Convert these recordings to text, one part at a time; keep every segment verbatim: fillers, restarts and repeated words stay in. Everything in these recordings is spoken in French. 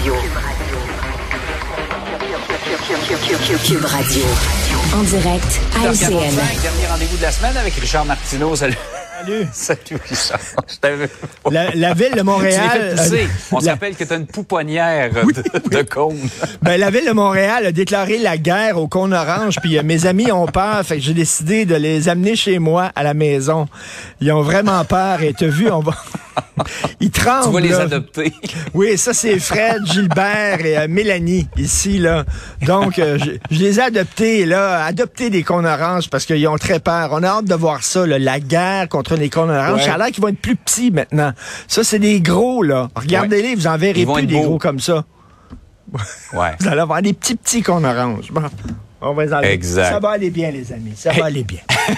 Radio. Cube Radio. En direct à L C N. Dernier rendez-vous de la semaine avec Richard Martineau. Salut. Salut. Salut, Richard. Je t'avais... La, la ville de Montréal... Tu l'as fait On la... s'appelle que tu as une pouponnière oui, de, oui. de cône. Ben, la ville de Montréal a déclaré la guerre aux cônes oranges, puis euh, mes amis ont peur, fait que j'ai décidé de les amener chez moi à la maison. Ils ont vraiment peur, et t'as vu, on va... Ils tremblent. Tu vas les là. adopter. Oui, ça, c'est Fred, Gilbert et euh, Mélanie, ici, là. Donc, euh, je, je les ai adoptés, là, adoptés des cônes oranges parce qu'ils ont très peur. On a hâte de voir ça, là, la guerre contre les cônes oranges. Ouais. Ça a l'air qu'ils vont être plus petits maintenant. Ça, c'est des gros, là. Regardez-les, ouais. vous en verrez plus des beaux. gros comme ça. Ouais. Vous allez avoir des petits, petits cônes oranges. Bon, on va les enlever. Exact. Ça va aller bien, les amis. Ça va aller bien.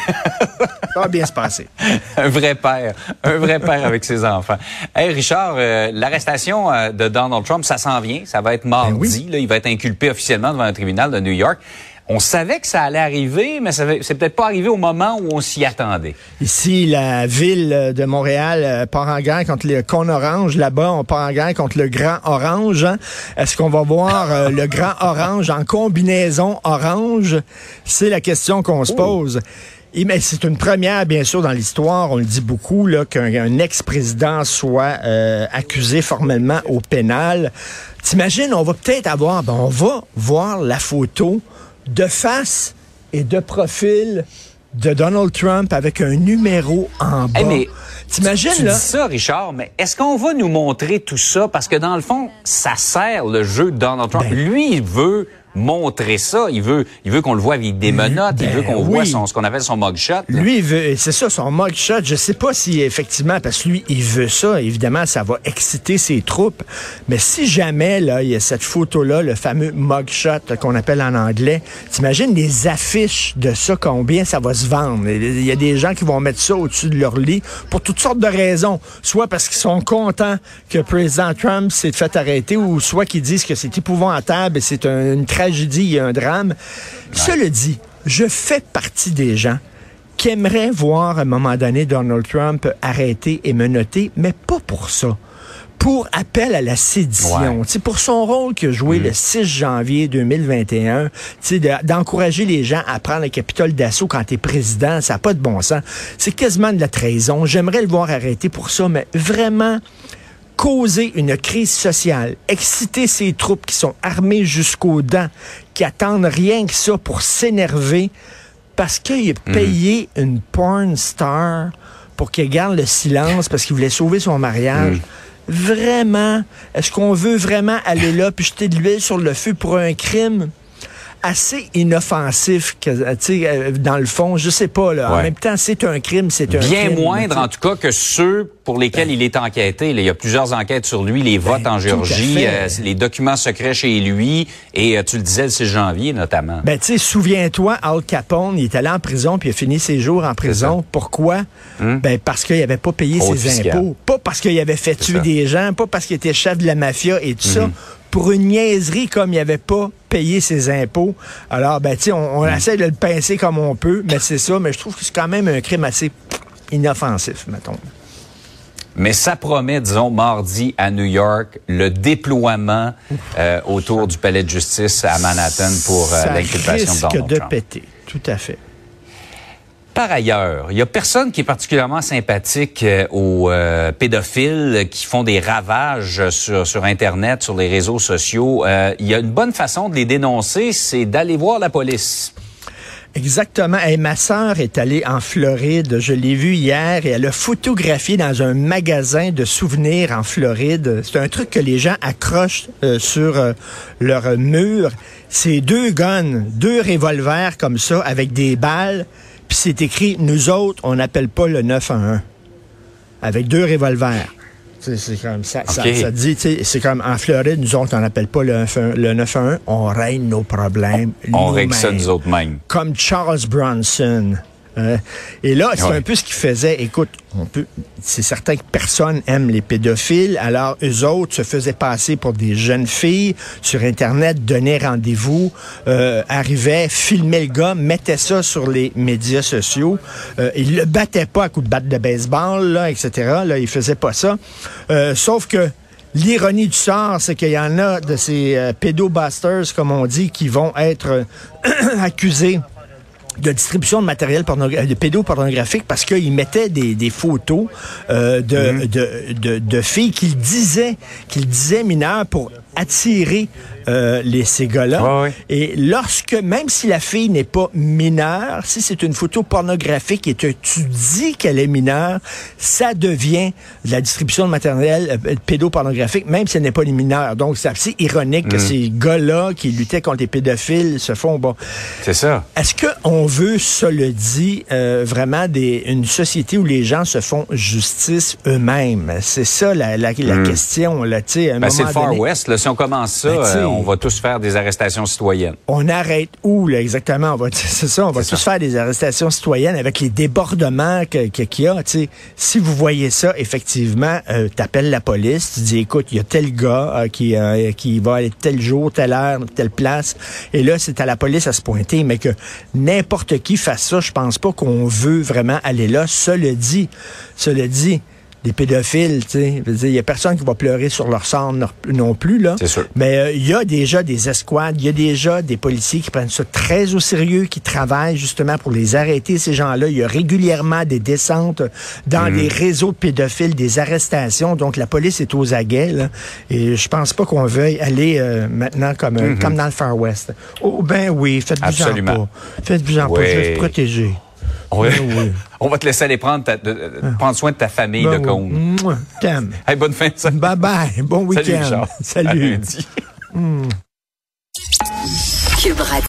Ça va bien se passer. Un vrai père. Un vrai père avec ses enfants. Hey, Richard, euh, l'arrestation euh, de Donald Trump, ça s'en vient. Ça va être mardi. Ben oui. Là, il va être inculpé officiellement devant un tribunal de New York. On savait que ça allait arriver, mais ça va, c'est peut-être pas arrivé au moment où on s'y attendait. Ici, la ville de Montréal euh, part en guerre contre les cônes oranges. Là-bas, on part en guerre contre le grand orange. Hein? Est-ce qu'on va voir euh, le grand orange en combinaison orange? C'est la question qu'on se pose. Et, mais c'est une première, bien sûr, dans l'histoire. On le dit beaucoup, là, qu'un un ex-président soit euh, accusé formellement au pénal. T'imagines, on va peut-être avoir, ben, on va voir la photo de face et de profil de Donald Trump avec un numéro en bas. Hey, mais t'imagines, tu, tu là? dis ça, Richard, mais est-ce qu'on va nous montrer tout ça? Parce que dans le fond, ça sert le jeu de Donald Trump. Ben, Lui, il veut montrer ça. Il veut, il veut qu'on le voit avec des menottes. Ben, il veut qu'on oui. voit son, ce qu'on appelle son mugshot. Là. Lui, il veut, c'est ça, son mugshot. Je sais pas si, effectivement, parce que lui, il veut ça. Évidemment, ça va exciter ses troupes. Mais si jamais, là, il y a cette photo-là, le fameux mugshot qu'on appelle en anglais, t'imagines les affiches de ça, combien ça va se vendre. Il y a des gens qui vont mettre ça au-dessus de leur lit pour toutes sortes de raisons. Soit parce qu'ils sont contents que le président Trump s'est fait arrêter, ou soit qu'ils disent que c'est épouvantable et c'est un, une tragédie et un drame. Ouais. Cela dit, je fais partie des gens qui aimeraient voir à un moment donné Donald Trump arrêté et menotté, mais pas pour ça. Pour appel à la sédition. Ouais. Pour son rôle qu'il a joué mmh. le six janvier deux mille vingt et un, de, d'encourager les gens à prendre le Capitole d'assaut quand t'es président, ça n'a pas de bon sens. C'est quasiment de la trahison. J'aimerais le voir arrêté pour ça, mais vraiment causer une crise sociale, exciter ces troupes qui sont armées jusqu'aux dents, qui attendent rien que ça pour s'énerver, parce qu'il a payé mmh. une porn star pour qu'elle garde le silence parce qu'il voulait sauver son mariage. Mmh. Vraiment, est-ce qu'on veut vraiment aller là puis jeter de l'huile sur le feu pour un crime assez inoffensif, que, tu sais, dans le fond, je sais pas, là. Ouais. En même temps, c'est un crime, c'est un Bien crime. moindre, en tout cas, que ceux pour lesquels ben, il est enquêté. Là, il y a plusieurs enquêtes sur lui, les votes ben, en Géorgie, euh, les documents secrets chez lui, et euh, tu le disais, le six janvier, notamment. Ben, tu sais, souviens-toi, Al Capone, il est allé en prison, puis il a fini ses jours en prison. Pourquoi? Hum? Ben, parce qu'il n'avait pas payé Haute ses fiscale. impôts. Pas parce qu'il avait fait c'est tuer ça. des gens, pas parce qu'il était chef de la mafia et tout mm-hmm. ça. Pour une niaiserie comme il n'avait pas payé ses impôts. Alors, ben, tu sais, on, on mmh. essaie de le pincer comme on peut, mais c'est ça. Mais je trouve que c'est quand même un crime assez inoffensif, mettons. Mais ça promet, disons, mardi à New York, le déploiement euh, autour du palais de justice à Manhattan pour euh, l'inculpation de Donald Trump. Ça risque de péter, tout à fait. Par ailleurs, il y a personne qui est particulièrement sympathique euh, aux euh, pédophiles qui font des ravages sur, sur Internet, sur les réseaux sociaux. Euh, il y a une bonne façon de les dénoncer, c'est d'aller voir la police. Exactement. Et ma sœur est allée en Floride. Je l'ai vue hier et elle a photographié dans un magasin de souvenirs en Floride. C'est un truc que les gens accrochent euh, sur euh, leur mur. C'est deux guns, deux revolvers comme ça avec des balles. Puis c'est écrit, nous autres, on n'appelle pas le neuf un un. Avec deux revolvers. C'est, c'est comme ça, okay. ça, ça dit, c'est comme en Floride, nous autres, on n'appelle pas le, le neuf un un, on règle nos problèmes. On règle ça nous autres mêmes. Comme Charles Bronson. Euh, et là, c'est ouais. un peu ce qu'ils faisaient. Écoute, on peut, c'est certain que personne aime les pédophiles. Alors, eux autres se faisaient passer pour des jeunes filles sur Internet, donnaient rendez-vous, euh, arrivaient, filmaient le gars, mettaient ça sur les médias sociaux. Euh, ils le battaient pas à coups de batte de baseball, là, et cetera. Là, ils faisaient pas ça. Euh, sauf que l'ironie du sort, c'est qu'il y en a de ces euh, pédobusters, comme on dit, qui vont être euh, accusés de distribution de matériel pornogra- de pédopornographique parce qu'ils mettaient des, des photos euh, de, mmh. de, de, de filles qu'ils disaient, qu'ils disaient mineures pour attirer euh, les, ces gars-là. Ouais, ouais. Et lorsque, même si la fille n'est pas mineure, si c'est une photo pornographique et que tu dis qu'elle est mineure, ça devient de la distribution de matériel euh, pédopornographique, même si elle n'est pas mineure. Donc, c'est assez ironique mmh. que ces gars-là qui luttaient contre les pédophiles se font, bon... C'est ça. Est-ce qu'on veut, cela dit, euh, vraiment des, une société où les gens se font justice eux-mêmes? C'est ça la, la, la mmh. question, là, tu sais, à un ben, moment c'est le Far donné. West, là. Si on commence ça, ben, euh, on va tous faire des arrestations citoyennes. On arrête où, là, exactement? On va, c'est ça, on va c'est tous ça. faire des arrestations citoyennes avec les débordements que, que, qu'il y a, tu sais. Si vous voyez ça, effectivement, euh, t'appelles la police, tu dis, écoute, il y a tel gars euh, qui, euh, qui va aller tel jour, telle heure, telle place, et là, c'est à la police à se pointer, mais que n'importe qui fasse ça, je pense pas qu'on veut vraiment aller là. Cela dit, cela dit, les pédophiles, tu sais, il y a personne qui va pleurer sur leur sang non plus, là. C'est sûr. Mais il euh, y a déjà des escouades, il y a déjà des policiers qui prennent ça très au sérieux, qui travaillent justement pour les arrêter, ces gens-là. Il y a régulièrement des descentes dans mmh. les réseaux de pédophiles, des arrestations. Donc, la police est aux aguets, là. Et je pense pas qu'on veuille aller euh, maintenant comme, euh, mmh. comme dans le Far West. Oh, ben oui, faites-vous en pas. Faites-vous en oui. pas, je vais vous protéger. Oui. Ben oui. On va te laisser aller prendre, ta, de, de, prendre soin de ta famille, ben de oui. Cône. T'aimes. Hey, bonne fin de semaine. Bye bye. Bon week-end. Salut, Charles. Salut. À lundi. Mm.